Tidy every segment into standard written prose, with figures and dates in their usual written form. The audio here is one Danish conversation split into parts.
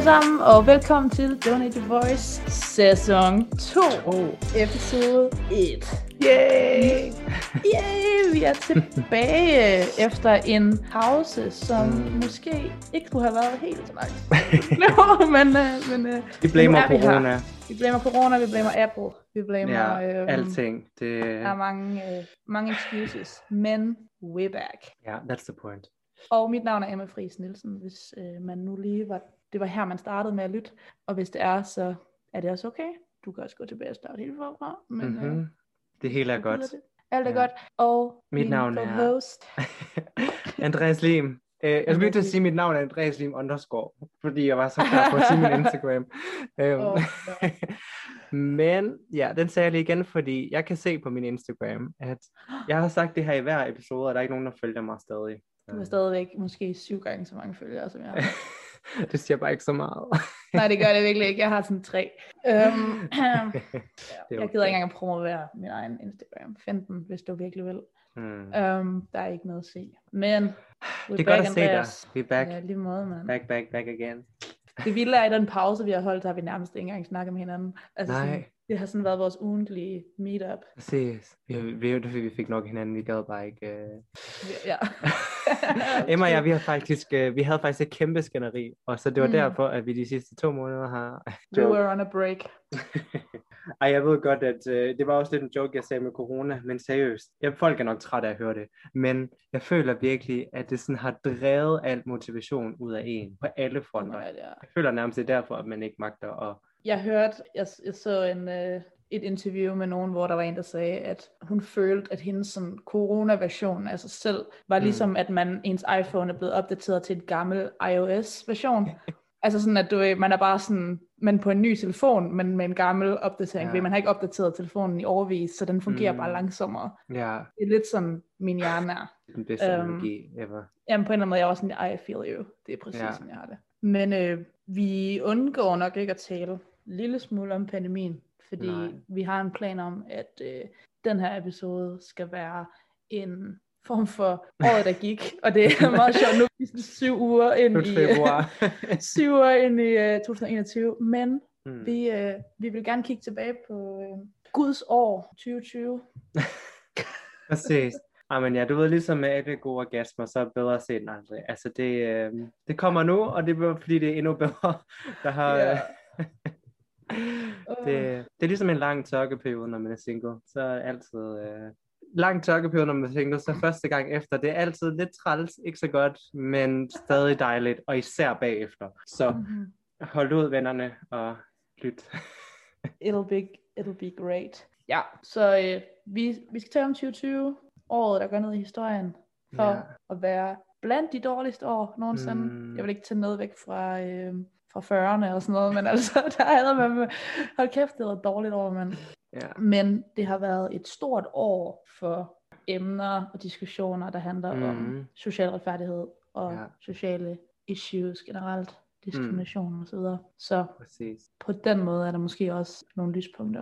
sammen, og velkommen til Donate Your Voice sæson 2, episode 1. Yay! Yay! Vi er tilbage efter en pause, som måske ikke kunne have været helt så lang. men vi blamer corona. Vi blamer corona, vi blamer Apple, vi blamer alting. Det er mange excuses, men we're back. Yeah, that's the point. Og mit navn er Emma Friis Nielsen, hvis man nu lige det var her, man startede med at lytte. Og hvis det er, så er det også okay. Du kan også gå tilbage og starte helt forfra. Men det hele er godt. Alt er godt. Og mit navn er host Andreas Lim. Jeg skulle lige til at sige, at mit navn er Andreas Lim _ fordi jeg var så klar på at sige min Instagram. Men ja, den sagde jeg lige igen, fordi jeg kan se på min Instagram, at jeg har sagt det her i hver episode, og der er ikke nogen, der følger mig stadig. Du har stadigvæk måske 7 gange så mange følgere, som jeg har. Det siger bare ikke så meget. Nej, det gør det virkelig ikke. Jeg har sådan 3. Jeg gider ikke engang at promovere min egen Instagram. Find den, hvis du virkelig vil. Der er ikke noget at se. Men det er godt at se dig. Vi er back. Ja, lige måde, man. Back again. Det vilde er, i den pause, vi har holdt, har vi nærmest ikke engang snakket med hinanden. Altså, nej. Sådan, det har sådan været vores ugentlige meetup. Præcis. Vi fik nok hinanden, vi gad bare ikke. Ja. Emma og jeg, vi havde faktisk et kæmpe skænderi, og så det var derfor, at vi de sidste 2 måneder har... We were on a break. Ej, jeg ved godt, at det var også lidt en joke, jeg sagde med corona, men seriøst, folk er nok trætte af at høre det, men jeg føler virkelig, at det sådan har drevet alt motivation ud af en, på alle fronter. Ja. Jeg føler nærmest, det er derfor, at man ikke magter at... Jeg så et interview med nogen, hvor der var en, der sagde, at hun følte, at hendes sådan, corona-version af sig selv, var ligesom, at ens iPhone er blevet opdateret til et gammel iOS-version. Altså sådan, at man er bare sådan, man på en ny telefon, men med en gammel opdatering, fordi man har ikke opdateret telefonen i årevis, så den fungerer bare langsommere. Ja. Det er lidt sådan, min hjerne er. Den bedste energi ever. Jamen på en eller anden måde, jeg var sådan, I feel you. Det er præcis, som jeg har det. Men vi undgår nok ikke at tale en lille smule om pandemien, fordi vi har en plan om, at den her episode skal være en form for året, der gik, og det er meget sjovt nu, vi er 7 uger ind i 7 uger ind i 2021, men vi vil gerne kigge tilbage på Guds år 2020. Præcis. Men ja, du ved, ligesom med alle gode orgasmer, så er det bedre set end aldrig. Altså det kommer nu, og det er fordi det er endnu bedre. Der har... Det er ligesom en lang tørkeperiode, når man er single. Så er altid lang tørkeperiode, når man er single. Så første gang efter, det er altid lidt træls, ikke så godt, men stadig dejligt, og især bagefter. Så hold ud, vennerne, og lyt. It'll be great. Ja, så vi skal tale om 2020, året, der går ned i historien, for at være blandt de dårligste år nogensinde. Jeg vil ikke tage noget væk fra 40'erne og sådan noget, men altså, der havde man, hold kæft, det var et dårligt år, men. Men det har været et stort år for emner og diskussioner, der handler om social retfærdighed og sociale issues generelt, diskrimination og så videre. Så på den måde er der måske også nogle lyspunkter.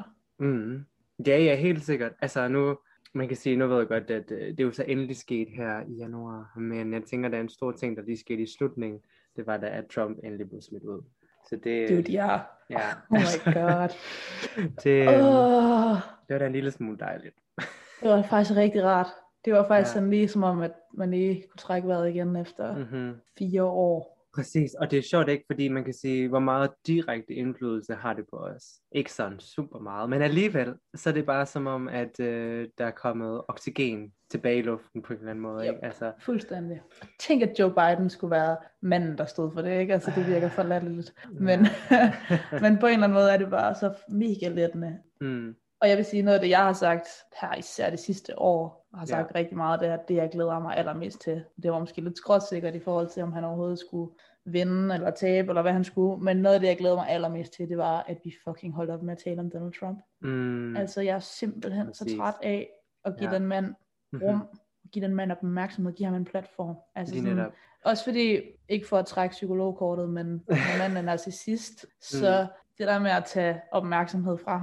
Ja, helt sikkert. Altså nu, man kan sige, nu ved jeg godt, at det er jo så endelig sket her i januar, men jeg tænker, der er en stor ting, der lige skete i slutningen. Det var da, at Trump endelig blev smidt ud. Så det... Dude, ja. Oh my god. Det var da en lille smule dejligt. Det var faktisk rigtig rart. Det var faktisk sådan lige som om, at man lige kunne trække vejret igen efter 4 år. Præcis, og det er sjovt ikke, fordi man kan sige, hvor meget direkte indflydelse har det på os. Ikke sådan super meget, men alligevel, så er det bare som om, at der er kommet oxygen tilbage i luften på en eller anden måde. Ikke? Altså... Fuldstændig. Tænk, at Joe Biden skulle være manden, der stod for det, ikke? Altså det virker for latterligt. Men, men på en eller anden måde er det bare så mega lettende. Og jeg vil sige, noget af det, jeg har sagt her især det sidste år, og har sagt rigtig meget, det er, det jeg glæder mig allermest til. Det var måske lidt skråtsikkert i forhold til, om han overhovedet skulle vinde eller tabe, eller hvad han skulle. Men noget af det, jeg glæder mig allermest til, det var, at vi fucking holdt op med at tale om Donald Trump. Altså, jeg er simpelthen så træt af at give den mand rum, give den mand opmærksomhed, give ham en platform. Altså sådan, også fordi, ikke for at trække psykologkortet, men når manden er narcissist, så det der med at tage opmærksomhed fra ham,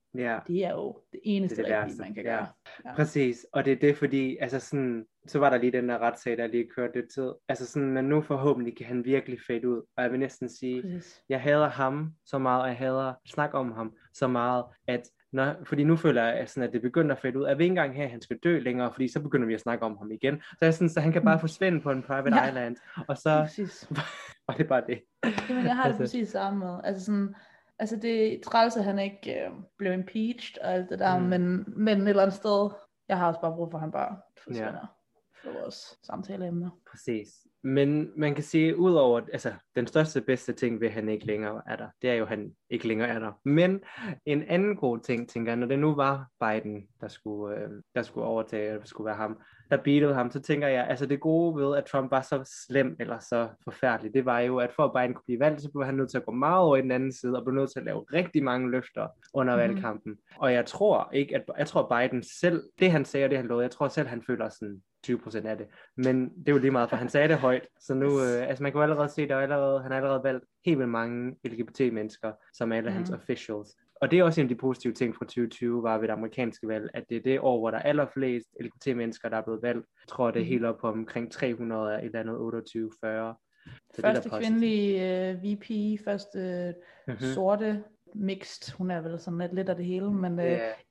Ja. Det er jo det eneste det rigtige, man kan gøre. Ja. Præcis, og det er det, fordi, altså sådan, så var der lige den der retssag, der lige kørte lidt tid. Altså sådan, men nu forhåbentlig kan han virkelig fade ud, og jeg vil næsten sige, Præcis. jeg hader ham så meget, og jeg hader snak om ham så meget, at fordi nu føler jeg, at det begynder at fade ud. Jeg vil ikke engang have, at han skal dø længere, fordi så begynder vi at snakke om ham igen. Så jeg synes, at han kan bare forsvinde på en private island, og så var det bare det. Jamen, jeg har det præcis samme med. Altså det er træls, at han ikke blev impeached og alt det der, men et eller andet sted, jeg har også bare brug for, at han bare forsvinder for vores samtaleemner. Præcis. Men man kan sige, udover, altså den største bedste ting ved, at han ikke længere er der, det er jo, at han ikke længere er der. Men en anden god ting, tænker jeg, når det nu var Biden, der skulle overtage, eller skulle være ham, der beatede ham, så tænker jeg, altså det gode ved, at Trump var så slem, eller så forfærdelig, det var jo, at for at Biden kunne blive valgt, så blev han nødt til at gå meget over i den anden side, og blev nødt til at lave rigtig mange løfter under valgkampen. Og jeg tror Biden selv, det han sagde, og det han lovede, jeg tror selv, han føler sådan 20% af det. Men det er jo lige meget, for han sagde det højt. Så nu, altså man kan jo allerede se, han har allerede valgt helt vildt mange LGBT-mennesker, som alle hans officials. Og det er også en af de positive ting fra 2020, var ved det amerikanske valg, at det er det år, hvor der er allerflest LGBT-mennesker, der er blevet valgt. Jeg tror, det er helt op på omkring 300 af et eller andet 28-40. Første kvindelige VP, første sorte mixed, hun er vel sådan lidt af det hele, men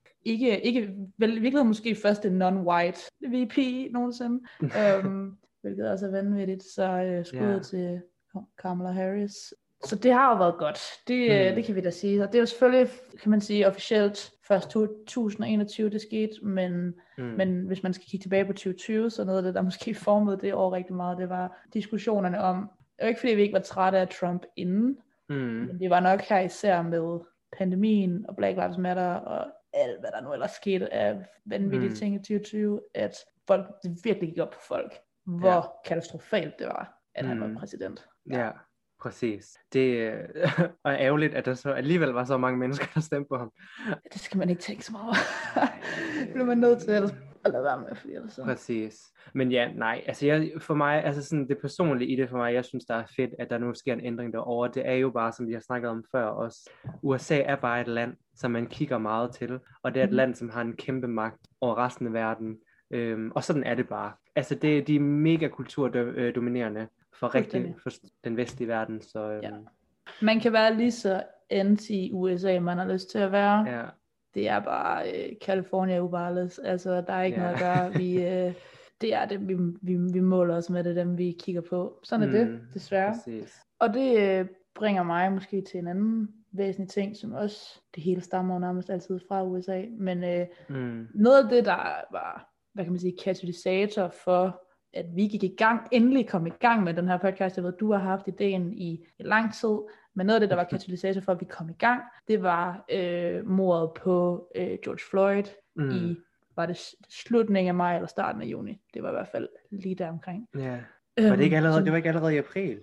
ikke virkelig måske første non-white VP nogensinde, hvilket også er vanvittigt, så skud til Kamala Harris. Så det har jo været godt, det kan vi da sige, og det er jo selvfølgelig, kan man sige, officielt først 2021 det skete, men hvis man skal kigge tilbage på 2020, så noget af det, der måske formede det år rigtig meget, det var diskussionerne om, det var ikke fordi vi ikke var trætte af Trump inden, men det var nok her især med pandemien og Black Lives Matter og alt, hvad der nu ellers skete af vanvittige ting i 2020, at folk, det virkelig gik op på folk, hvor katastrofalt det var, at han var præsident. Ja, præcis. Det er ærgerligt, at der så alligevel var så mange mennesker, der stemte på ham. Det skal man ikke tænke så meget. Det bliver man nødt til at lade være med, fordi ellers så. Præcis. Men ja, nej, altså for mig, altså sådan det personlige i det for mig, jeg synes, der er fedt, at der nu sker en ændring derovre. Det er jo bare, som vi har snakket om før også, USA er bare et land, som man kigger meget til, og det er et land, som har en kæmpe magt over resten af verden, og sådan er det bare. Altså de er mega kulturdominerende for for den vestlige verden, så man kan være lige så anti-USA, man har lyst til at være. Ja. Det er bare California ubarless. Altså, der er ikke noget at gøre. Det er det, vi måler os med, det dem, vi kigger på. Sådan er det, desværre. Præcis. Og det bringer mig måske til en anden væsentlig ting, som også, det hele stammer nærmest altid fra USA. Men noget af det, der var, hvad kan man sige, katalysator for, at vi gik i gang, endelig kom i gang med den her podcast, jeg ved, du har haft ideen i lang tid, men noget af det, der var katalysator for, at vi kom i gang, det var mordet på George Floyd i, var det slutningen af maj eller starten af juni? Det var i hvert fald lige der omkring. Ja. Var det ikke allerede, det var ikke allerede i april?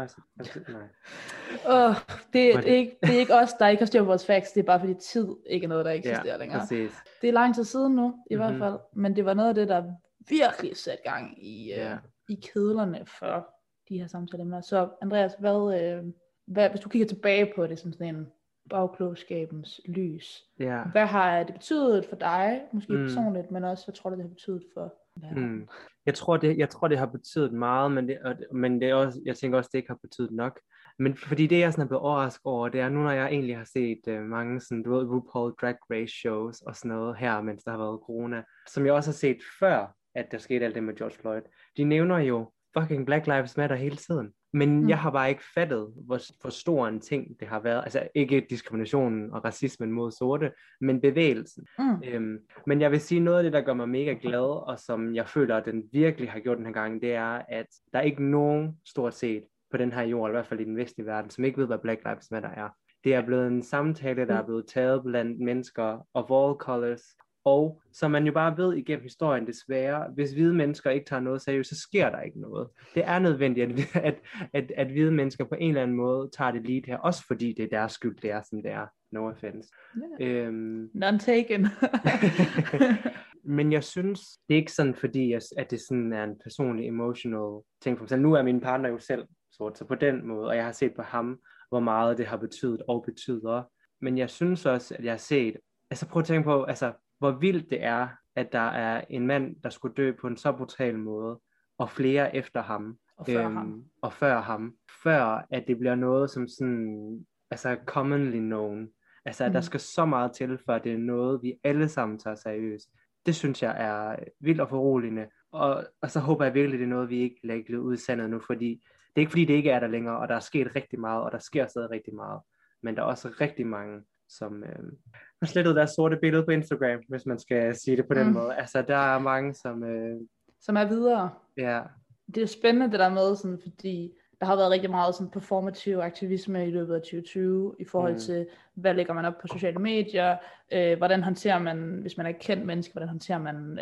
Det er ikke os, der ikke har styr på vores facts, det er bare fordi tid ikke er noget, der eksisterer længere. Præcis. Det er lang tid siden nu, i hvert fald, men det var noget af det, der virkelig sat gang i kedlerne for de her samtaler. Så Andreas, hvad, hvis du kigger tilbage på det som sådan en bagklogskabens lys, hvad har det betydet for dig, måske personligt, men også hvad tror du det har betydet for verden? Jeg tror det har betydet meget, men det er også, jeg tænker også det ikke har betydet nok. Men fordi det jeg sådan er blevet overrasket over, det er nu når jeg egentlig har set mange sådan, du ved, RuPaul Drag Race shows og sådan noget her, mens der har været corona, som jeg også har set før, at der skete alt det med George Floyd. De nævner jo fucking Black Lives Matter hele tiden. Men jeg har bare ikke fattet, hvor stor en ting det har været. Altså ikke diskriminationen og racismen mod sorte, men bevægelsen. Men jeg vil sige, noget af det, der gør mig mega glad, og som jeg føler, at den virkelig har gjort den her gang, det er, at der er ikke nogen stort set på den her jord, i hvert fald i den vestlige verden, som ikke ved, hvad Black Lives Matter er. Det er blevet en samtale, der er blevet taget blandt mennesker of all colors, og som man jo bare ved igennem historien desværre, hvis hvide mennesker ikke tager noget seriøst, så sker der ikke noget. Det er nødvendigt, at hvide mennesker på en eller anden måde tager det lead her, også fordi det er deres skyld, det er som det er. No offense. Yeah. None taken. Men jeg synes, det er ikke sådan, fordi at det sådan er en personlig, emotional ting. For eksempel, nu er min partner jo selv sort, så på den måde, og jeg har set på ham, hvor meget det har betydet og betyder. Men jeg synes også, at jeg har set, Altså prøv at tænke på, altså, hvor vildt det er, at der er en mand, der skulle dø på en så brutal måde, og flere efter ham. Og før ham. Før at det bliver noget som sådan, altså commonly known. Altså at der skal så meget til, for at det er noget, vi alle sammen tager seriøst. Det synes jeg er vildt og foruroligende. Og så håber jeg virkelig, det er noget, vi ikke lægger ud i sandet nu, fordi det er ikke fordi, det ikke er der længere, og der er sket rigtig meget, og der sker stadig rigtig meget. Men der er også rigtig mange, som har slettet deres sorte billede på Instagram, hvis man skal sige det på den måde. Altså, der er mange, som er videre. Ja. Det er spændende det der med, sådan, fordi der har været rigtig meget sådan performativ aktivisme i løbet af 2020, i forhold til, hvad lægger man op på sociale medier, hvordan håndterer man, hvis man er et kendt menneske, hvordan håndterer man,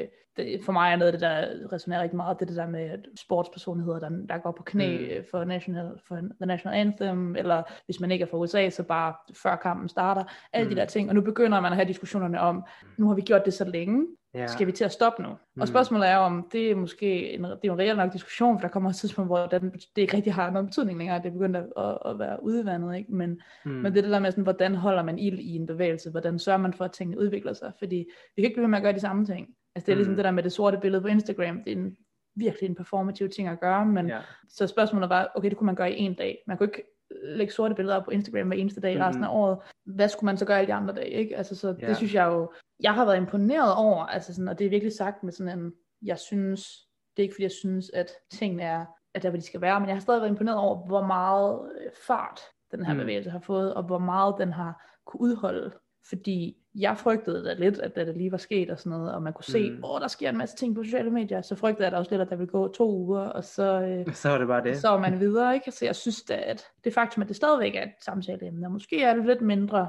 for mig er noget af det, der resonerer rigtig meget, det der med sportspersonligheder, der går på knæ for the national anthem, eller hvis man ikke er fra USA, så bare før kampen starter, alle de der ting, og nu begynder man at have diskussionerne om, nu har vi gjort det så længe, skal vi til at stoppe nu? Og spørgsmålet er om, det er måske det er jo en reel nok diskussion, for der kommer et tidspunkt, hvor det ikke rigtig har noget betydning længere, det er begyndt at være udvandet, ikke? Men det er det der med, sådan, hvordan holder man ild i en bevægelse, hvordan sørger man for, at tingene udvikler sig, fordi vi kan ikke blive ved med at gøre de samme ting. Altså det er ligesom det der med det sorte billede på Instagram, det er virkelig en performativ ting at gøre, men så spørgsmålet var, okay, det kunne man gøre i en dag, man kunne ikke lægge sorte billeder op på Instagram hver eneste dag resten af året. Hvad skulle man så gøre alle de andre dage, ikke? Altså så det synes jeg jo, jeg har været imponeret over, altså sådan, og det er virkelig sagt med sådan en, jeg synes, det er ikke fordi jeg synes, at tingene er, at der hvor de skal være, men jeg har stadig været imponeret over, hvor meget fart den her bevægelse har fået, og hvor meget den har kunne udholde, fordi jeg frygtede da lidt, at det lige var sket og sådan noget, og man kunne se, der sker en masse ting på sociale medier, så frygtede jeg da også lidt, at der ville gå 2 uger, og så var det bare det. Så var man videre, ikke? Så jeg synes da, at det faktum, at det stadigvæk er et samtaleemne, og måske er det lidt mindre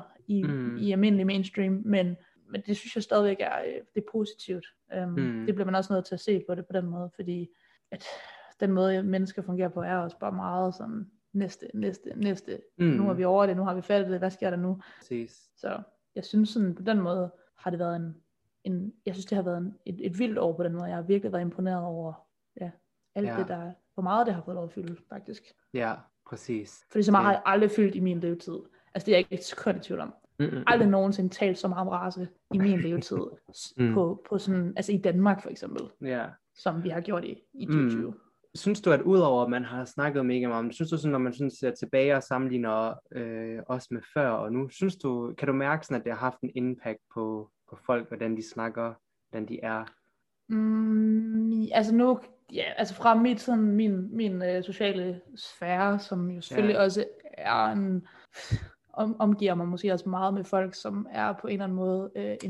i almindelig mainstream, men det synes jeg stadigvæk det er positivt. Det bliver man også nødt til at se på det på den måde, fordi at den måde, mennesker fungerer på, er også bare meget sådan, næste. Nu er vi over det, nu har vi fattet det, hvad sker der nu? Præcis. Så jeg synes sådan, på den måde har det været jeg synes det har været et vildt år på den måde. Jeg har virkelig været imponeret over alt det der, hvor meget det har fået lov at fylde faktisk. Ja, præcis. Fordi så meget har jeg aldrig fyldt i min levetid. Altså det er jeg ikke et sekund i tvivl om. Aldrig nogensinde talt så meget om race i min levetid på sådan, altså i Danmark for eksempel, som vi har gjort i 2020. Synes du, at udover at man har snakket mega meget om det, synes du sådan, når man sådan ser tilbage og sammenligner også med før og nu, kan du mærke sådan, at det har haft en impact på folk, hvordan de snakker, hvordan de er? Altså nu, altså fra min sociale sfære, som jo selvfølgelig også er omgiver mig måske også meget med folk, som er på en eller anden måde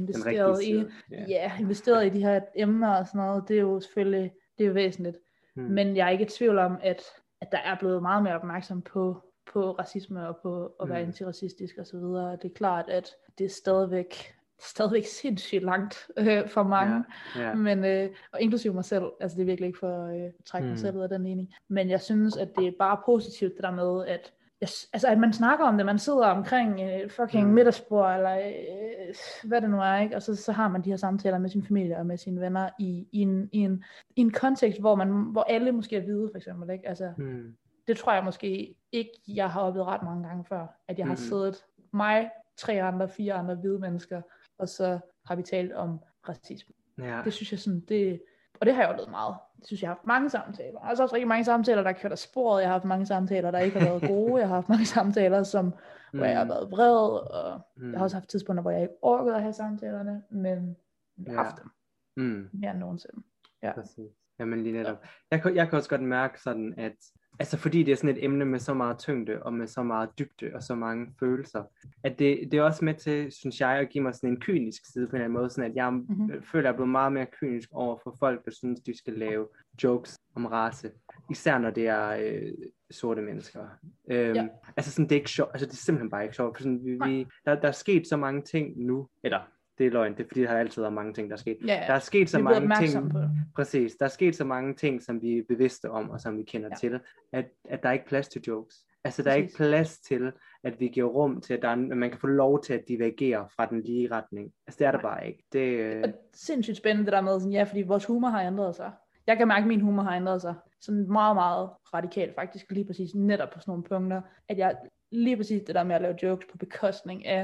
investeret i de her emner og sådan noget. Det er jo selvfølgelig, det er jo væsentligt. Men jeg er ikke i tvivl om, at der er blevet meget mere opmærksom på racisme og på at være antiracistisk og så videre. Det er klart, at det er stadigvæk sindssygt langt for mange, men og inklusive mig selv. Altså det er virkelig ikke for at trække mig selv ud af den mening. Men jeg synes, at det er bare positivt det der med, at man snakker om det, man sidder omkring fucking middagsbord, eller hvad det nu er, ikke? Og så har man de her samtaler med sin familie og med sine venner i en kontekst, hvor alle måske er hvide, for eksempel, ikke? Altså, det tror jeg måske ikke, jeg har oplevet ret mange gange før, at jeg har siddet mig, 4 andre hvide mennesker, og så har vi talt om racisme. Det synes jeg sådan, og det har jeg oplevet meget. Det synes jeg har haft mange samtaler. Jeg har også rigtig mange samtaler, der har kørt af sporet. Jeg har haft mange samtaler, der ikke har været gode. Jeg har haft mange samtaler, hvor jeg har været vred. Og jeg har også haft tidspunkter, hvor jeg ikke orkede at have samtalerne. Men jeg har haft dem. Mere end nogensinde. Ja. Præcis. Jamen lige netop. Jeg kan også godt mærke sådan, at altså fordi det er sådan et emne med så meget tyngde, og med så meget dybde, og så mange følelser, at det er også med til, synes jeg, at give mig sådan en kynisk side på en eller anden måde, sådan at jeg føler, at jeg er blevet meget mere kynisk over for folk, der synes, de skal lave jokes om race, især når det er sorte mennesker. Altså sådan, det er ikke sjovt, altså det er simpelthen bare ikke sjovt, for sådan, der er sket så mange ting nu, eller det er løgn, det er fordi, der har altid været mange ting, der er sket. Der er sket så mange ting, præcis, der er sket så mange ting, som vi er bevidste om, og som vi kender til, at der er ikke plads til jokes. Altså, der er ikke plads til, at vi giver rum til, at man kan få lov til at divergere fra den lige retning. Altså, det er der bare ikke. Det er sindssygt spændende, det der med, sådan, fordi vores humor har ændret sig. Jeg kan mærke, at min humor har ændret sig. Sådan meget, meget radikalt, faktisk, lige præcis netop på sådan nogle punkter, at jeg lige præcis det der med at lave jokes på bekostning af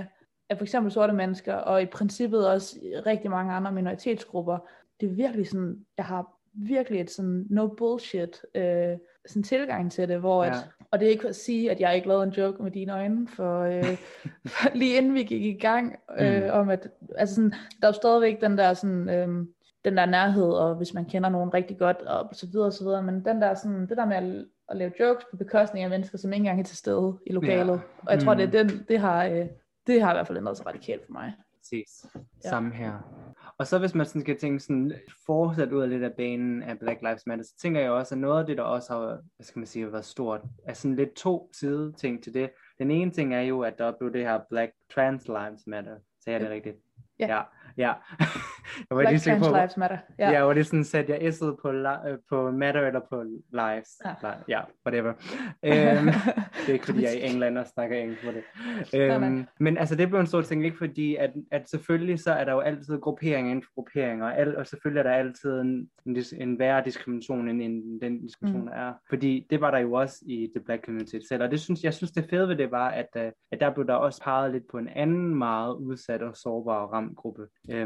af for eksempel sorte mennesker, og i princippet også rigtig mange andre minoritetsgrupper, det er virkelig sådan, jeg har virkelig et sådan no bullshit sådan tilgang til det, hvor og det er ikke for at sige, at jeg ikke lavede en joke med dine øjne, for lige inden vi gik i gang, om at, altså sådan, der er jo stadigvæk den der sådan, den der nærhed, og hvis man kender nogen rigtig godt, og så videre, men den der sådan, det der med at lave jokes på bekostning af mennesker, som ikke engang er til stede i lokalet, og jeg tror, det har i hvert fald ændret sig radikalt for mig. Præcis. Samme her. Og så hvis man sådan skal tænke sådan fortsat ud af lidt af banen af Black Lives Matter, så tænker jeg også, at noget af det, der også har, hvad skal man sige, været stort, er sådan lidt to side ting til det. Den ene ting er jo, at der blev det her Black Trans Lives Matter. Sagde jeg det rigtigt? Ja. Jeg var Black Trans Lives Matter. Ja, hvor det sådan satte jeg s'et på matter eller på lives. Ja, whatever. Det er ikke fordi, jeg er i England og snakker engelsk på det. Men altså, det blev en stor ting, ikke fordi, at selvfølgelig så er der jo altid grupperinger inden for grupperinger, og selvfølgelig er der altid en værre diskrimination, end den diskrimination, der er. Fordi det var der jo også i the black community selv, og jeg synes det fede ved det var, at der blev der også peget lidt på en anden meget udsat og sårbar og ramt gruppe.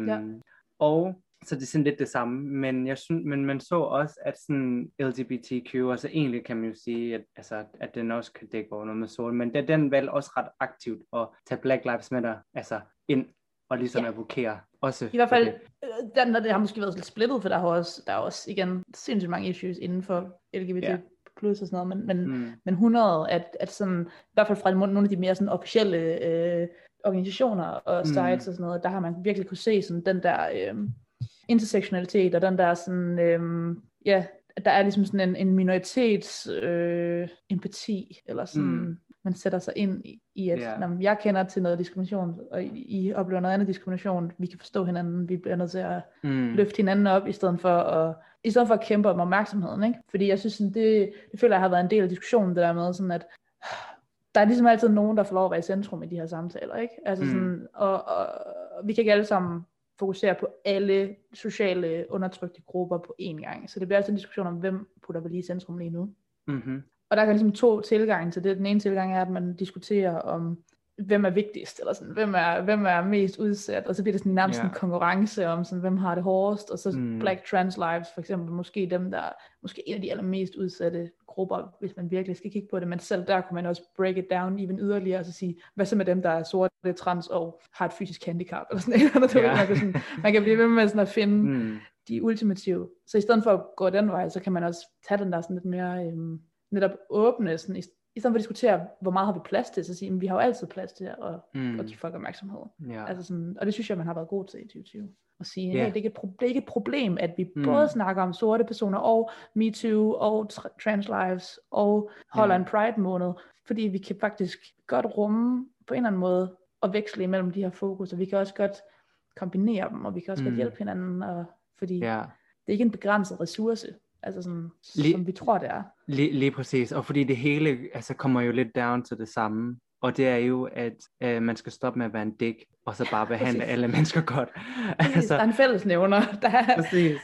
Og så det er sådan lidt det samme, men jeg synes, men man så også, at sådan LGBTQ, altså egentlig kan man jo sige, at den også kan dække over noget med sol, men den valgte også ret aktivt at tage Black Lives Matter ind og ligesom advokere også. I hvert fald, det har måske været lidt splittet, for der er også igen sindssygt mange issues inden for LGBT plus og sådan noget, men 100, at sådan, i hvert fald fra nogle af de mere sådan officielle organisationer og sites og sådan noget, der har man virkelig kunne se sådan den der intersektionalitet, og den der sådan, der er ligesom sådan en minoritets empati, eller sådan, man sætter sig ind i at jeg kender til noget diskrimination, og I oplever noget andet diskrimination, vi kan forstå hinanden, vi bliver nødt til at løfte hinanden op, i stedet for at kæmpe om opmærksomheden, ikke? Fordi jeg synes sådan, det føler jeg har været en del af diskussionen, det der med sådan, at der er ligesom altid nogen, der får lov at være i centrum i de her samtaler, ikke? Altså sådan, og vi kan ikke alle sammen fokusere på alle sociale undertrykte grupper på én gang. Så det bliver altid en diskussion om, hvem putter vi lige i centrum lige nu. Mm-hmm. Og der er ligesom to tilgange til det. Den ene tilgang er, at man diskuterer om, hvem er vigtigst, eller sådan, hvem er mest udsat, og så bliver det sådan nærmest en konkurrence om, sådan, hvem har det hårdest, og så Black Trans Lives, for eksempel, måske dem, der måske en af de allermest udsatte grupper, hvis man virkelig skal kigge på det, men selv der kunne man også break it down even yderligere, og så sige, hvad så med dem, der er sorte, trans og har et fysisk handicap, eller sådan noget. Man kan blive ved med sådan at finde de ultimative. Så i stedet for at gå den vej, så kan man også tage den der sådan lidt mere netop åbne, sådan, i stedet for at diskutere, hvor meget har vi plads til, så sige, vi har jo altid plads til at give folk opmærksomhed. Altså sådan, og det synes jeg, man har været god til i 2020. At sige, hey, det er ikke et problem, at vi både snakker om sorte personer, og MeToo, og trans lives, og holder en Pride måned, fordi vi kan faktisk godt rumme på en eller anden måde, og veksle imellem de her fokus, og vi kan også godt kombinere dem, og vi kan også godt hjælpe hinanden, fordi det er ikke en begrænset ressource, altså sådan, som vi tror det er. Lige præcis, og fordi det hele kommer jo lidt down til det samme, og det er jo, at man skal stoppe med at være en dick, og så bare behandle alle mennesker godt. Der er en fællesnævner. Præcis.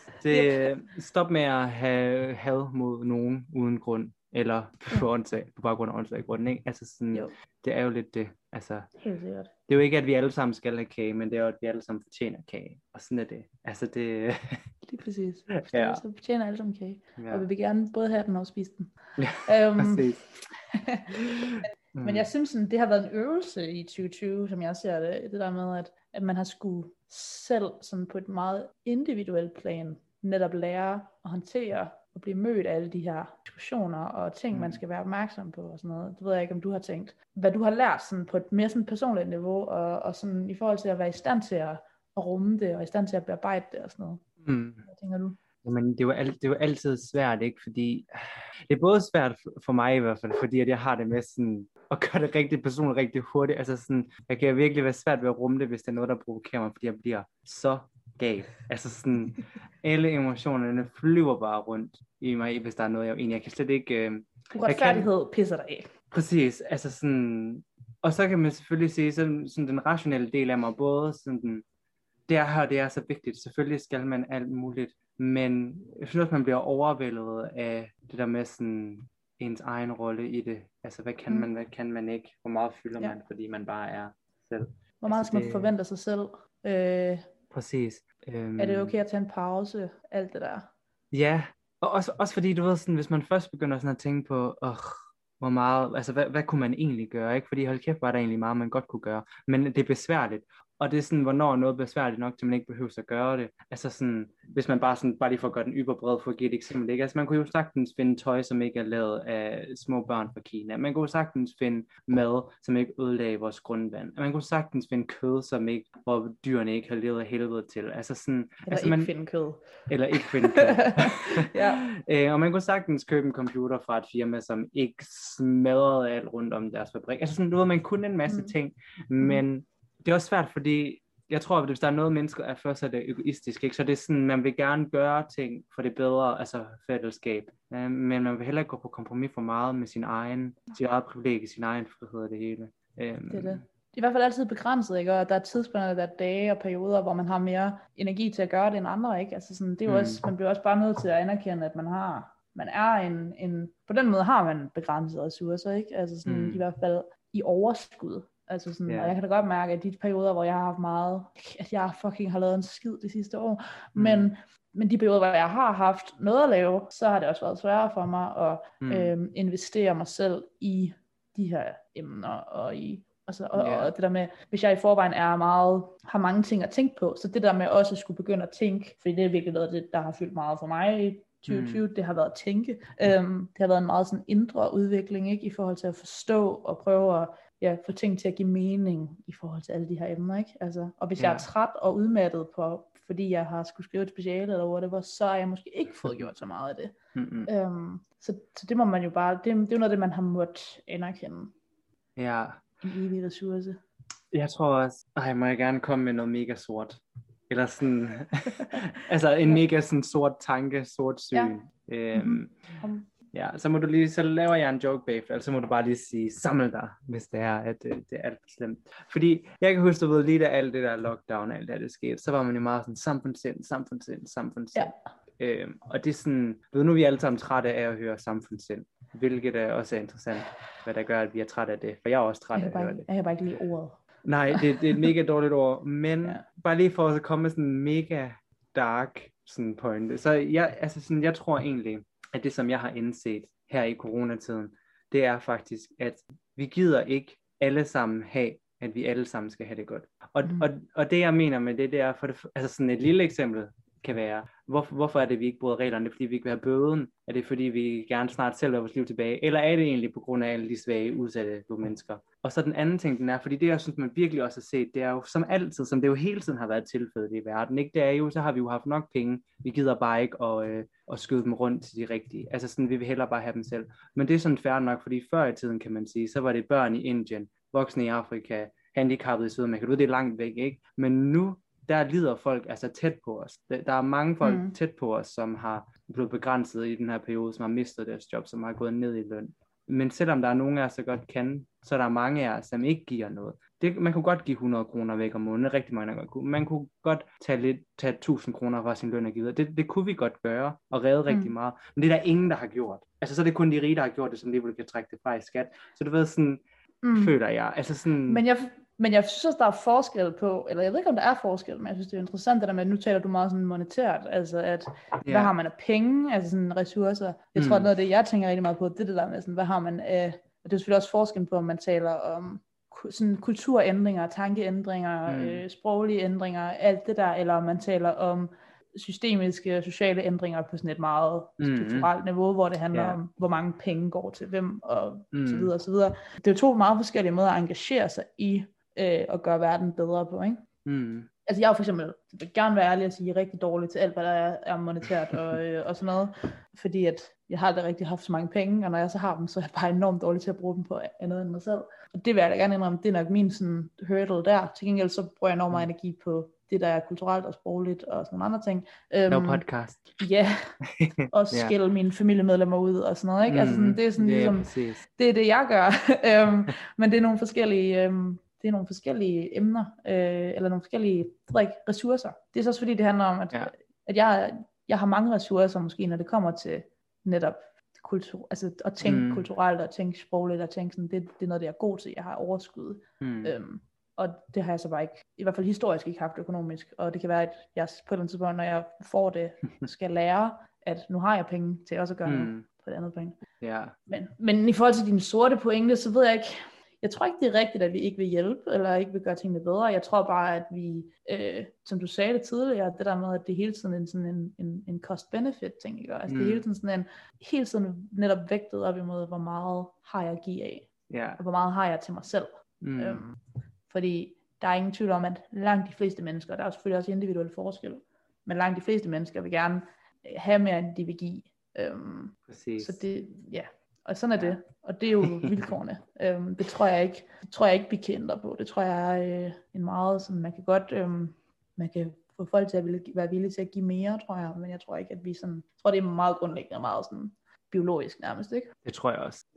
Stop med at have had mod nogen uden grund, eller på baggrund af åndssvag grund, ikke? Altså sådan, det er jo lidt det. Altså, helt sikkert. Det er jo ikke, at vi alle sammen skal have kage, men det er jo, at vi alle sammen fortjener kage. Og sådan er det. Altså det... Lige præcis. Så fortjener alle sammen kage. Ja. Og vi vil gerne både have den og spise den. Præcis. Men jeg synes, sådan, det har været en øvelse i 2020, som jeg ser det der med, at man har skulle selv sådan på et meget individuelt plan netop lære at håndtere og blive mødt af alle de her diskussioner og ting, man skal være opmærksom på og sådan noget. Det ved jeg ikke, om du har tænkt. Hvad du har lært sådan på et mere sådan personligt niveau, og sådan i forhold til at være i stand til at rumme det, og i stand til at bearbejde det og sådan noget. Hvad tænker du? Jamen, det er jo altid svært, ikke? Fordi det er både svært for mig i hvert fald, fordi at jeg har det med sådan at gøre det rigtig personligt rigtig hurtigt. Altså sådan, jeg kan virkelig være svært ved at rumme det, hvis det er noget, der provokerer mig, fordi jeg bliver så gal. Altså sådan, alle emotionerne flyver bare rundt i mig, hvis der er noget, jeg kan slet ikke... Uretfærdighed pisser dig af. Præcis, altså sådan... Og så kan man selvfølgelig sige, sådan den rationelle del af mig, både sådan... Det er så vigtigt. Selvfølgelig skal man alt muligt. Men jeg synes også, man bliver overvældet af det der med sådan ens egen rolle i det. Altså, hvad kan man ikke? Hvor meget fylder man, fordi man bare er selv. Hvor meget skal man forvente sig selv? Præcis. Er det okay at tage en pause? Alt det der. Ja, og også fordi, du ved, sådan, hvis man først begynder sådan at tænke på, hvor meget, altså hvad kunne man egentlig gøre, ikke? Fordi hold kæft, var der egentlig meget, man godt kunne gøre, men det er besværligt. Og det er sådan, hvornår noget er besværligt nok, til man ikke behøver at gøre det. Altså sådan, hvis man bare lige får gøre den yberbred, for at give et eksempel, ikke? Altså man kunne jo sagtens finde tøj, som ikke er lavet af små børn fra Kina. Man kunne sagtens finde mad, som ikke ødelagde vores grundvand. Man kunne sagtens finde kød, hvor dyrene ikke har levet af helvede til. Altså sådan, finde kød. Eller ikke finde kød. Ja. Og man kunne sagtens købe en computer fra et firma, som ikke smadrede alt rundt om deres fabrik. Altså sådan, du ved, man kunne en masse ting, men det er også svært, fordi jeg tror, at hvis der er noget, mennesker er først, er det egoistisk, ikke? Så det er sådan, man vil gerne gøre ting for det bedre, altså fællesskab. Men man vil heller ikke gå på kompromis for meget med sit eget privilegie, sin egen frihed og det hele. Det er det. Det er i hvert fald altid begrænset, ikke? Og der er tidspunkter, der er dage og perioder, hvor man har mere energi til at gøre det end andre, ikke? Altså sådan, det er jo også, man bliver også bare nødt til at anerkende, at man er en på den måde har man begrænsede ressourcer, ikke? Altså sådan, i hvert fald i overskud. Altså sådan, og jeg kan da godt mærke, at de perioder, hvor jeg har haft meget, at jeg fucking har lavet en skid de sidste år, men de perioder, hvor jeg har haft noget at lave, så har det også været sværere for mig at investere mig selv i de her emner, og det der med, hvis jeg i forvejen har mange ting at tænke på, så det der med også at skulle begynde at tænke, fordi det er virkelig noget af det, der har fyldt meget for mig i 2020, det har været at tænke. Det har været en meget sådan indre udvikling, ikke, i forhold til at forstå og prøve at få ting til at give mening i forhold til alle de her emner, ikke? Altså, og hvis jeg er træt og udmattet fordi jeg har skulle skrive et speciale eller whatever, så er jeg måske ikke fået gjort så meget af det. Så det må man jo bare, det er jo noget af det, man har måttet anerkende. Ja. En evig ressource. Jeg tror også, må jeg gerne komme med noget mega sort. Eller sådan, altså en mega sådan sort tanke, sort syn. Ja, så laver jeg en joke bagefter, eller så må du bare lige sige, samle dig, hvis det er, at det er alt for slemt. Fordi jeg kan huske, lige da alt det der lockdown, alt det skete, så var man jo meget sådan, samfundssind. Ja. Og det er sådan, nu er vi alle sammen trætte af at høre samfundssind, hvilket er også interessant, hvad der gør, at vi er trætte af det, for jeg er også træt af at høre det. Jeg kan bare ikke lide ordet. Nej, det er et mega dårligt ord, men bare lige for at komme med sådan en mega dark sådan point. Så jeg tror egentlig, at det, som jeg har indset her i coronatiden, det er faktisk, at vi gider ikke alle sammen have, at vi alle sammen skal have det godt. Og det, jeg mener med det er, altså sådan et lille eksempel kan være, hvorfor er det, vi ikke bryder reglerne? Det er, fordi vi ikke vil have bøden? Er det, fordi vi gerne snart selv vil vores liv tilbage? Eller er det egentlig på grund af alle de svage, udsatte mennesker? Og så den anden ting, den er, fordi det, jeg synes, man virkelig også har set, det er jo som altid, som det jo hele tiden har været tilfældet i verden, ikke? Det er jo, så har vi jo haft nok penge, vi gider bare ikke at skyde dem rundt til de rigtige. Altså sådan, vi vil hellere bare have dem selv. Men det er sådan fair nok, fordi før i tiden, kan man sige, så var det børn i Indien, voksne i Afrika, handicappede i Sydamerika, det er langt væk, ikke? Men nu, der lider folk altså tæt på os. Der er mange folk tæt på os, som har blevet begrænset i den her periode, som har mistet deres job, som har gået ned i løn. Men selvom der er nogen af os, der godt kan, så er der mange af os, som ikke giver noget. Man kunne godt give 100 kroner væk om måneden, rigtig mange der godt kunne. Man kunne godt tage 1000 kroner fra sin løn og give det kunne vi godt gøre, og redde rigtig meget. Men det er der ingen, der har gjort. Altså så er det kun de rige, der har gjort det, som lige kan trække det fra i skat. Så du ved sådan, føler jeg. Altså sådan... Men jeg synes, der er forskel på, eller jeg ved ikke, om der er forskel, men jeg synes, det er interessant, det der med, at nu taler du meget sådan monetært, altså at, hvad har man af penge, altså sådan ressourcer. Jeg tror, at noget af det, jeg tænker rigtig meget på, det der med sådan, hvad har man af, og det er selvfølgelig også forskel på, om man taler om sådan kulturændringer, tankeændringer, sproglige ændringer, alt det der, eller om man taler om systemiske og sociale ændringer på sådan et meget strukturelt niveau, hvor det handler om, hvor mange penge går til hvem, og så videre og så videre. Det er jo to meget forskellige måder at engagere sig i, og gøre verden bedre på, ikke? Altså jeg er jo for eksempel, vil gerne være ærlig at sige, rigtig dårlig til alt, hvad der er monetært og sådan noget, fordi at jeg har aldrig rigtig haft så mange penge, og når jeg så har dem, så er jeg bare enormt dårlig til at bruge dem på andet end mig selv. Og det vil jeg da gerne indrømme, det er nok min sådan hurdle der. Til gengæld så bruger jeg enormt meget energi på det, der er kulturelt og sprogligt og sådan nogle andre ting. No podcast. Ja, og skille mine familiemedlemmer ud og sådan noget, ikke? Altså sådan, det er sådan ligesom, det er det, jeg gør. Men det er nogle forskellige emner, eller nogle forskellige ressourcer. Det er så også fordi, det handler om, at jeg har mange ressourcer måske, når det kommer til netop kultur, altså at tænke kulturelt, og tænke sprogligt, og tænke sådan, det er noget, det jeg er god til. Jeg har overskud. og det har jeg så bare ikke, i hvert fald historisk ikke haft økonomisk, og det kan være, at jeg på et tidspunkt, når jeg får det, skal lære, at nu har jeg penge til også at gøre noget på det andet point. Ja. Men i forhold til dine sorte pointe, så ved jeg ikke, jeg tror ikke, det er rigtigt, at vi ikke vil hjælpe, eller ikke vil gøre tingene bedre. Jeg tror bare, at vi, som du sagde det tidligere, det der med, at det er hele tiden en cost-benefit ting, ikke? Altså det er hele tiden sådan hele tiden netop vægtet op imod, hvor meget har jeg at give af, og hvor meget har jeg til mig selv. Fordi der er ingen tvivl om, at langt de fleste mennesker, der er selvfølgelig også individuelle forskelle, men langt de fleste mennesker vil gerne have mere, end de vil give. Så det, og sådan er det, og det er jo vilkårene. Det tror jeg ikke vi kan ændre på. Det tror jeg er en meget, som man kan godt, man kan få folk til at være villige til at give mere, tror jeg, men jeg tror ikke, at vi sådan, jeg tror det er meget grundlæggende og meget sådan biologisk nærmest, ikke? Det tror jeg også.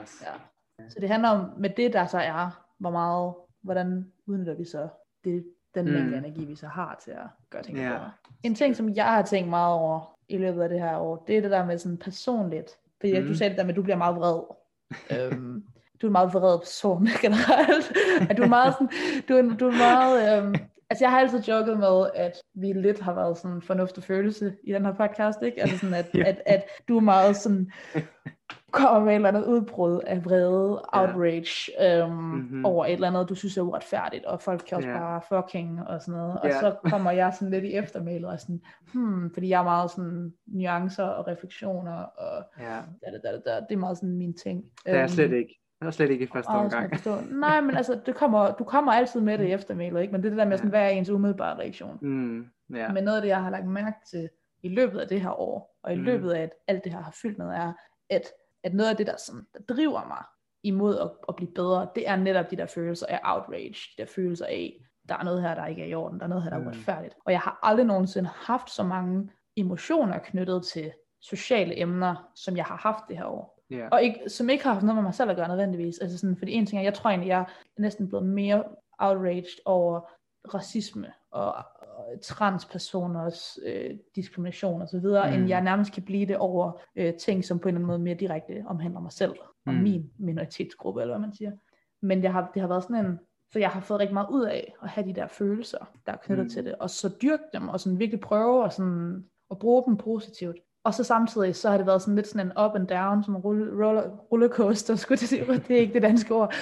Ja. Så det handler om, med det der så er, hvordan udnytter vi så den mængde energi, vi så har til at gøre ting bedre. En ting, som jeg har tænkt meget over i løbet af det her år, det er det der med sådan personligt. Fordi du sagde det der med, at du bliver meget vred. Du er en meget vred person generelt. At du er meget sådan, du er meget... Altså jeg har altid joket med, at vi lidt har været sådan fornuft og følelse i den her podcast, ikke? Altså sådan, at du er meget sådan... kommer med et eller andet udbrud af vrede, outrage, over et eller andet, du synes er uretfærdigt, og folk kan også bare fucking og sådan noget, og så kommer jeg sådan lidt i eftermælet, og sådan, fordi jeg er meget sådan nuancer og refleksioner, og det er meget sådan min ting. Det er slet ikke. Det er slet ikke i første omgang. Nej, men altså, du kommer altid med det i eftermælet, ikke? Men det er det der med, sådan, hvad er ens umiddelbare reaktion? Men noget af det, jeg har lagt mærke til i løbet af det her år, og i løbet af, at alt det her har fyldt med, er, at noget af det, der driver mig imod at blive bedre, det er netop de der følelser af outrage, de der følelser af, der er noget her, der ikke er i orden, der er noget her, der er uretfærdigt. Og jeg har aldrig nogensinde haft så mange emotioner knyttet til sociale emner, som jeg har haft det her år. Og som ikke har haft noget med mig selv at gøre nødvendigvis. Altså sådan, fordi en ting er, jeg tror egentlig, jeg er næsten blevet mere outraged over racisme og transpersoners diskrimination og så videre, end jeg nærmest kan blive det over ting, som på en eller anden måde mere direkte omhandler mig selv og min minoritetsgruppe, eller hvad man siger. Men det har været sådan så jeg har fået rigtig meget ud af at have de der følelser, der er knyttet til det, og så dyrke dem, og sådan virkelig prøve at bruge dem positivt. Og så samtidig, så har det været sådan lidt sådan en up and down, som en rollercoaster, skulle jeg sige, det er ikke det danske ord,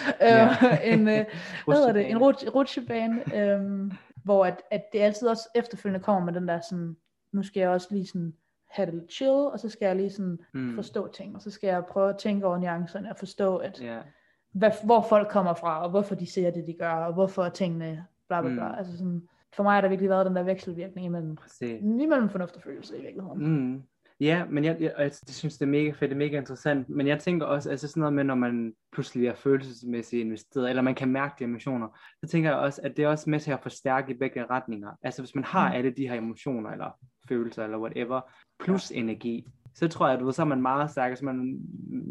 en rutsjebane, hvor at det altid også efterfølgende kommer med den der sådan, nu skal jeg også lige sådan have det lidt chill, og så skal jeg lige sådan forstå ting, og så skal jeg prøve at tænke over nuancerne, og forstå, at hvor folk kommer fra, og hvorfor de ser det, de gør, og hvorfor tingene bla bla bla. Altså sådan, for mig har der virkelig været den der vekselvirkning imellem fornuft og følelse i virkeligheden. Ja, men jeg synes, det er mega fedt, det er mega interessant, men jeg tænker også, altså sådan noget med, når man pludselig er følelsesmæssigt investeret, eller man kan mærke de emotioner, så tænker jeg også, at det er også med til at forstærke i begge retninger. Altså hvis man har alle de her emotioner, eller følelser, eller whatever, plus energi, så tror jeg, så er man meget stærkere, så man,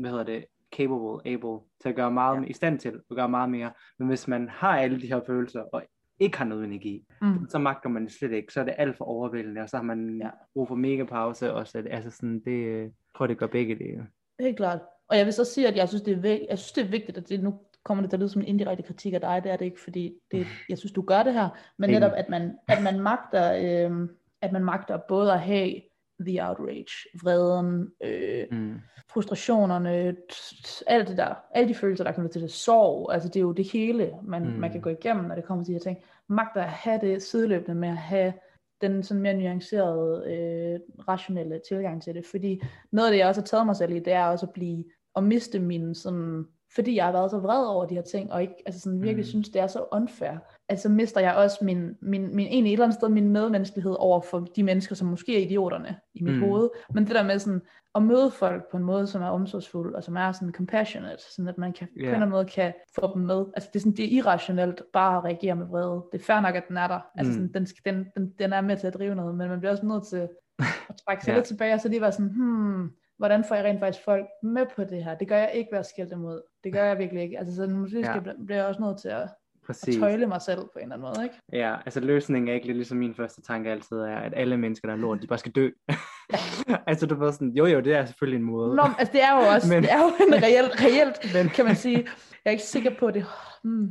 able til at gøre meget, i stand til at gøre meget mere. Men hvis man har alle de her følelser, og ikke har noget energi, så magter man det slet ikke, så er det alt for overvældende, og så har man brug for mega pause, og så altså sådan, det tror det gør begge dele. Helt klart. Og jeg vil så sige, at jeg synes, det er vigtigt, at det nu kommer det til at lyde som en indirekte kritik af dig, det er det ikke, fordi jeg synes, du gør det her, men netop, at man magter både at have the outrage, vreden, frustrationerne, alt det der, alle de følelser, der kommer til det, sorg, altså det er jo det hele, man kan gå igennem, når det kommer til de her ting. Magter at have det sideløbende med at have den sådan mere nuancerede, rationelle tilgang til det, fordi noget af det, jeg også har taget mig selv i, det er også at miste min sådan, fordi jeg har været så vred over de her ting, og ikke, altså sådan virkelig synes, det er så unfair, altså mister jeg også min egentlig et eller andet sted, min medmenneskelighed over for de mennesker, som måske er idioterne i mit hoved, men det der med sådan, at møde folk på en måde, som er omsorgsfuld, og som er sådan compassionate, sådan at man kan, på en eller anden måde kan få dem med, altså det er sådan, det er irrationelt bare at reagere med vrede, det er fair nok, at den er der, altså sådan, den er med til at drive noget, men man bliver også nødt til at trække sig lidt tilbage, og så lige være sådan, hvordan får jeg rent faktisk folk med på det her? Det gør jeg ikke ved at skælde dem ud. Det gør jeg virkelig ikke. Altså så måske bliver jeg også nødt til at tøjle mig selv på en eller anden måde, ikke? Ja, altså løsningen er ikke lidt ligesom min første tanke altid er, at alle mennesker, der er lort, de bare skal dø. Altså du var sådan, jo, det er selvfølgelig en måde. Nå, altså det er jo også, det er jo en reelt, kan man sige. Jeg er ikke sikker på det.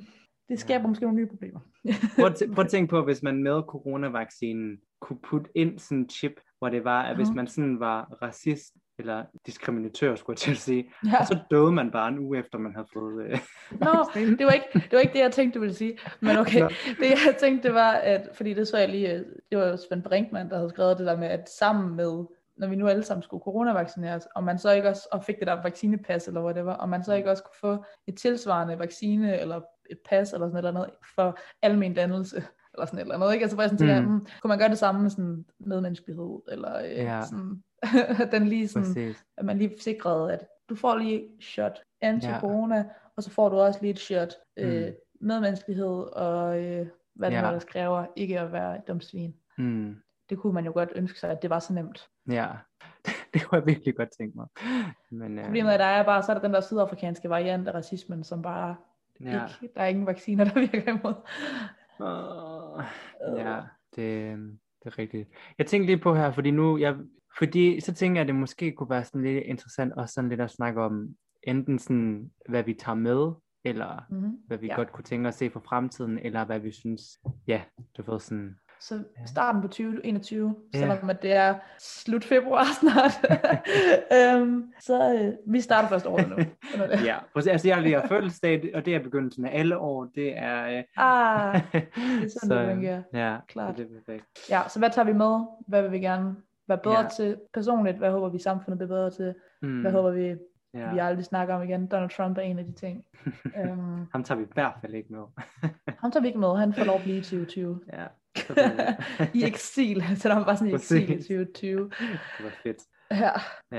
Det skaber måske nogle nye problemer. Prøv at tænke på, hvis man med coronavaccinen kunne putte ind sådan en chip, hvor det var, at hvis man sådan var racist, eller diskriminatør, skulle jeg til at sige, og så døde man bare en uge efter, man havde fået det var ikke det, jeg tænkte, du ville sige. Men okay, det jeg tænkte, det var, at, fordi det så jeg lige, det var jo Svend Brinkmann, der havde skrevet det der med, at sammen med, når vi nu alle sammen skulle coronavaccineres, og man så ikke også, og fik det der vaccinepas, eller hvad det var, og man så ikke også kunne få et tilsvarende vaccine, eller et pas, eller sådan noget for almen dannelse, eller sådan et eller andet, ikke? Altså, hvor jeg sådan tænker, kunne man gøre det samme med sådan medmenneskelighed, eller sådan, den lige sådan, at man lige sikrede, at du får lige et shot anti-corona, og så får du også lige et shot medmenneskelighed, og hvad det nu ellers kræver, ikke at være et dumt svin. Det kunne man jo godt ønske sig, at det var så nemt. Ja, det kunne jeg virkelig godt tænke mig. Men, problemet er, at så er der den der sydafrikanske variant af racismen, som bare ikke, der er ingen vacciner, der virker imod. Ja, det er rigtigt. Jeg tænkte lige på her, fordi så tænker jeg, at det måske kunne være sådan lidt interessant også sådan lidt at snakke om enten sådan, hvad vi tager med, eller hvad vi godt kunne tænke os at se for fremtiden, eller hvad vi synes, du ved sådan. Så starten på 2021, selvom at det er slut februar snart, så vi starter først året nu. Ja, altså jeg har fødselsdag, og det er begyndelsen af alle år, det er... det er sådan, det ja, klart. Det er perfekt. Ja, så hvad tager vi med? Hvad vil vi gerne være bedre til personligt? Hvad håber vi samfundet bliver bedre til? Hvad håber vi vi aldrig snakker om igen? Donald Trump er en af de ting. Ham tager vi i hvert fald ikke med. Ham tager vi ikke med, han får lov at blive i 2020. Ja. I eksil, så der var bare sådan i eksil i 2020. Det var fedt. Ja.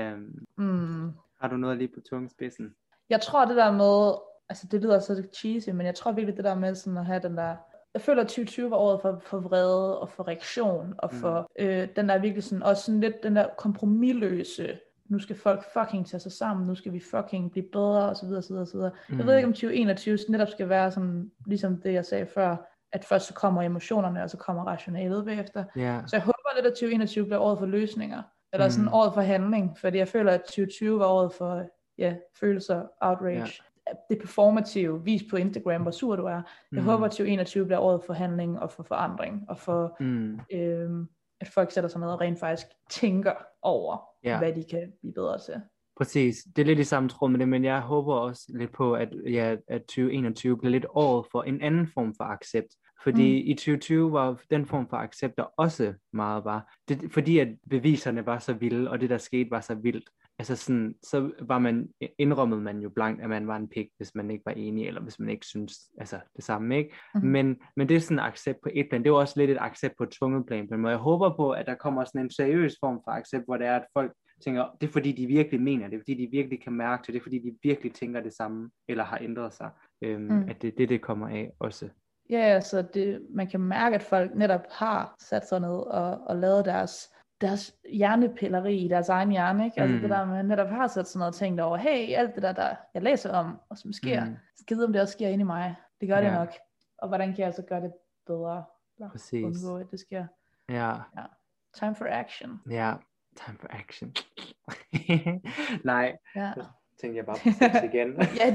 Har du noget lige på tungespidsen? Jeg tror det der med, altså det lyder så cheesy, men jeg tror virkelig det der med sådan at have den der, jeg føler at 2020 var året for vrede og for reaktion, og for den der virkelig sådan, også sådan lidt den der kompromisløse, nu skal folk fucking tage sig sammen, nu skal vi fucking blive bedre, og så videre, så videre, så videre. Jeg ved ikke om 2021 netop skal være sådan, ligesom det jeg sagde før, at først så kommer emotionerne, og så kommer rationalet bagefter. Så jeg håber lidt, at 2021 bliver året for løsninger, eller sådan året for handling, fordi jeg føler, at 2020 var året for følelser, outrage, det performative, vis på Instagram, hvor sur du er. Jeg håber, at 2021 bliver året for handling, og for forandring, og for at folk sætter sig ned og rent faktisk tænker over, hvad de kan blive bedre til. Præcis, det er lidt i samme tråd med det, men jeg håber også lidt på, at 2021 bliver lidt året for en anden form for accept. Fordi i 2020 var den form for accept, der også meget var. Det, fordi at beviserne var så vilde, og det der skete var så vildt. Altså sådan, så indrømmede man jo blankt, at man var en pik, hvis man ikke var enig, eller hvis man ikke synes det samme, ikke? Men det er sådan en accept på et plan. Det er også lidt et accept på et tvunget plan. Men jeg håber på, at der kommer sådan en seriøs form for accept, hvor det er, at folk tænker, det er fordi de virkelig mener det, er fordi de virkelig kan mærke det, det er fordi de virkelig tænker det samme, eller har ændret sig. At det kommer af også. Ja, så man kan mærke, at folk netop har sat sig ned og lavet deres hjernepilleri i deres egen hjerne, ikke? Altså det der, man netop har sat sig ned og tænkt over, hey, alt det der jeg læser om, og som sker, skide om det også sker inde i mig. Det gør det nok. Og hvordan kan jeg så gøre det bedre? Præcis. Undgå, at det sker. Ja. Time for action. Ja, time for action. Nej. Ja. Tænkte jeg bare på sex igen.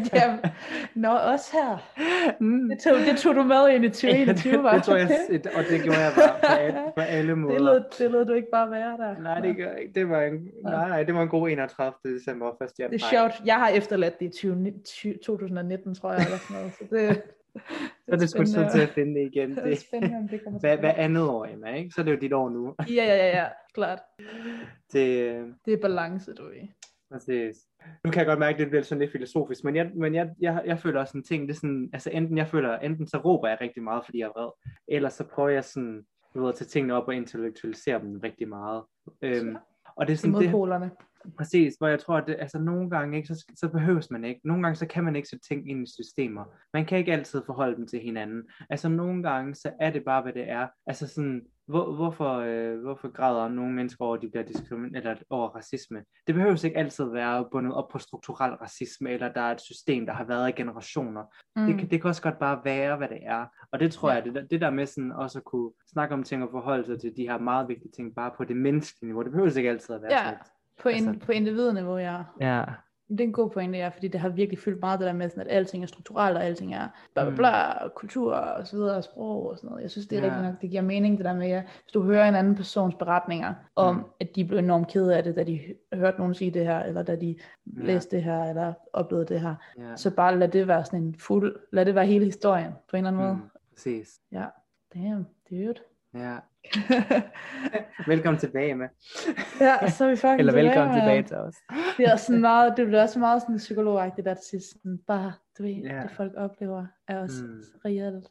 Også her. Det tog du med ind i 2021, var det tror jeg, og det gjorde jeg bare på alle måder. Det lød du ikke bare være der. Nej, det gør ikke. Det var en god 31. december, 1. januar. Det er sjovt. Jeg har efterladt det i 2019, tror jeg. Eller sådan noget. Så det skulle så til at finde det igen. Det er spændende, om det kommer til. Hvad andet år, Emma, ikke? Så er det jo dit år nu. Ja, klart. Det er balance, du ved. Præcis. Nu kan jeg godt mærke, at det bliver sådan lidt filosofisk, men jeg føler også en ting, det er sådan, altså enten så råber jeg rigtig meget, fordi jeg er vred, eller så prøver jeg sådan, at tage tingene op og intellektualisere dem rigtig meget. Og det er sådan modpolerne. Præcis, hvor jeg tror, at altså nogle gange ikke, så behøves man ikke. Nogle gange så kan man ikke sætte ting ind i systemer. Man kan ikke altid forholde dem til hinanden. Altså nogle gange så er det bare, hvad det er. Altså sådan, hvorfor græder nogle mennesker over, at de bliver diskrimineret, eller over racisme? Det behøves ikke altid være bundet op på strukturel racisme, eller der er et system, der har været i generationer. Det kan også godt bare være, hvad det er. Og det tror jeg, det der med sådan også at kunne snakke om ting og forholde sig til de her meget vigtige ting, bare på det menneskelige niveau. Det behøves ikke altid at være sådan. På individniveau, ja. Det er en god pointe, ja, fordi det har virkelig fyldt meget det der med, sådan, at alting er strukturelt, og alting er bla bla bla, og kultur og så videre, og sprog og sådan noget. Jeg synes, det er rigtig nok, det giver mening det der med, at hvis du hører en anden persons beretninger om, at de blev enormt kede af det, da de hørte nogen sige det her, eller da de læste det her, eller oplevede det her, så bare lad det være sådan lad det være hele historien, på en eller anden måde. Præcis. Ja, damn, dude. Ja. Velkommen tilbage med. Ja, så er vi fucking eller velkommen tilbage til os. Det er sådan meget, det bliver også meget sådan psykologagtigt, at til sådan bare, du ved, det folk oplever, er også reelt.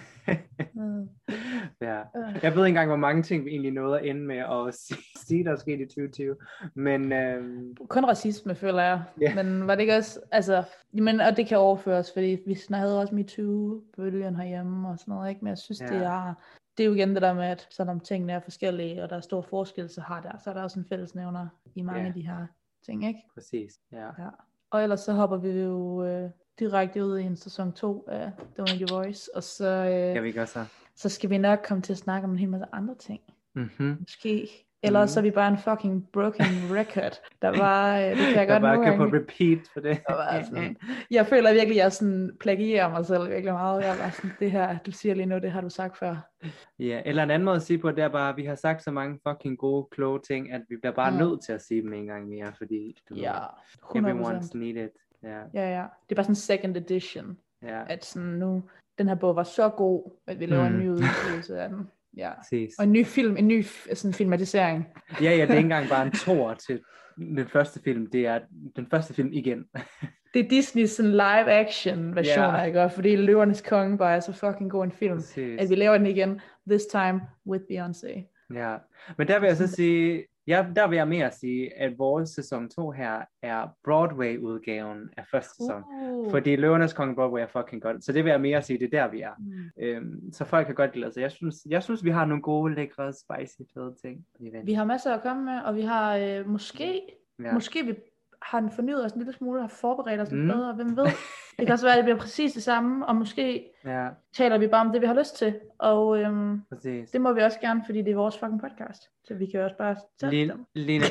Ja. Jeg ved ikke engang, hvor mange ting vi egentlig nåede at ende med at sige, der er sket i 2020. Men kun racisme, føler jeg. Men var det ikke også, altså, men, og det kan overføres, fordi vi havde også MeToo-bølgen herhjemme og sådan noget, ikke? Men jeg synes, det er jo igen det der med, at selvom tingene er forskellige, og der er stor forskel, så er der også en fællesnævner i mange af de her ting, ikke? Præcis, ja. Og ellers så hopper vi jo direkte ud i en sæson 2 af The Only Voice, og så skal vi nok komme til at snakke om en hel masse andre ting. Måske. Eller så er vi bare en fucking broken record. Der var, det kan jeg godt nogle gange. Der bare kan på repeat for det. Sådan, jeg føler virkelig, at jeg sådan plagierer mig selv virkelig meget. Jeg er bare sådan, det her, du siger lige nu, det har du sagt før. Ja, eller en anden måde at sige på, det er bare, at vi har sagt så mange fucking gode, kloge ting, at vi bliver bare nødt til at sige dem en gang mere, fordi everyone's needed. Ja. Det er bare sådan second edition. At sådan nu, den her bog var så god, at vi laver en ny udgivelse af den. Ja, præcis. Og en ny sådan filmatisering. Ja, det er ikke engang bare en toer til den første film, det er den første film igen. Det er Disneys sådan live action version, ikke? Fordi Løvernes Konge bare er så fucking god en film, præcis. At vi laver den igen, this time with Beyoncé. Ja, men der vil jeg så sige, der vil jeg mere sige, at vores sæson 2 her er Broadway-udgaven af første sæson. Fordi Løvernes Konge Broadway er fucking godt. Så det vil jeg mere sige, det er der vi er. Så folk kan godt glæde sig. Jeg synes vi har nogle gode, lækre, spicy, fede ting. Vi har masser at komme med, og vi har måske vi har fornyet os en lille smule og har forberedt os lidt bedre. Hvem ved? Det kan også være, at det bliver præcis det samme, og måske taler vi bare om det, vi har lyst til. Og det må vi også gerne, fordi det er vores fucking podcast. Så vi kan også bare tage dem.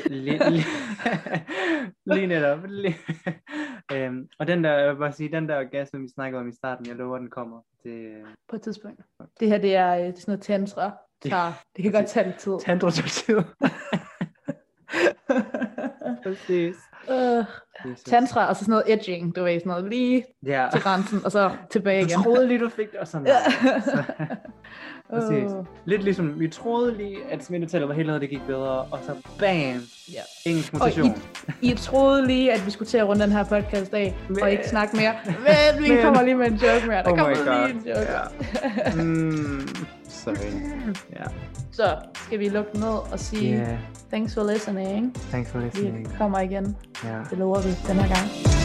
Lige netop. Og den der, jeg vil bare sige, den der orgasme, vi snakker om i starten, jeg lover, den kommer. På et tidspunkt. Det her, det er sådan noget tantra. Det kan godt tage lidt tid. Tantra tager tid. Præcis. Tantra, og så sådan noget edging, du ved, sådan noget lige til grænsen, og så tilbage igen. Du troede lige, du fik det, og sådan Præcis. Lidt ligesom, vi troede lige, at smittetallet var helt noget, det gik bedre, og så bam, engelsk mutation. I troede lige, at vi skulle til at runde den her podcast af, og ikke snakke mere, men vi kommer lige med en joke mere. Der kommer lige en joke. Sorry. Så skal vi lukke ned og sige, thanks for listening. Thanks for listening. Vi kommer igen. Det lover vi den her gang.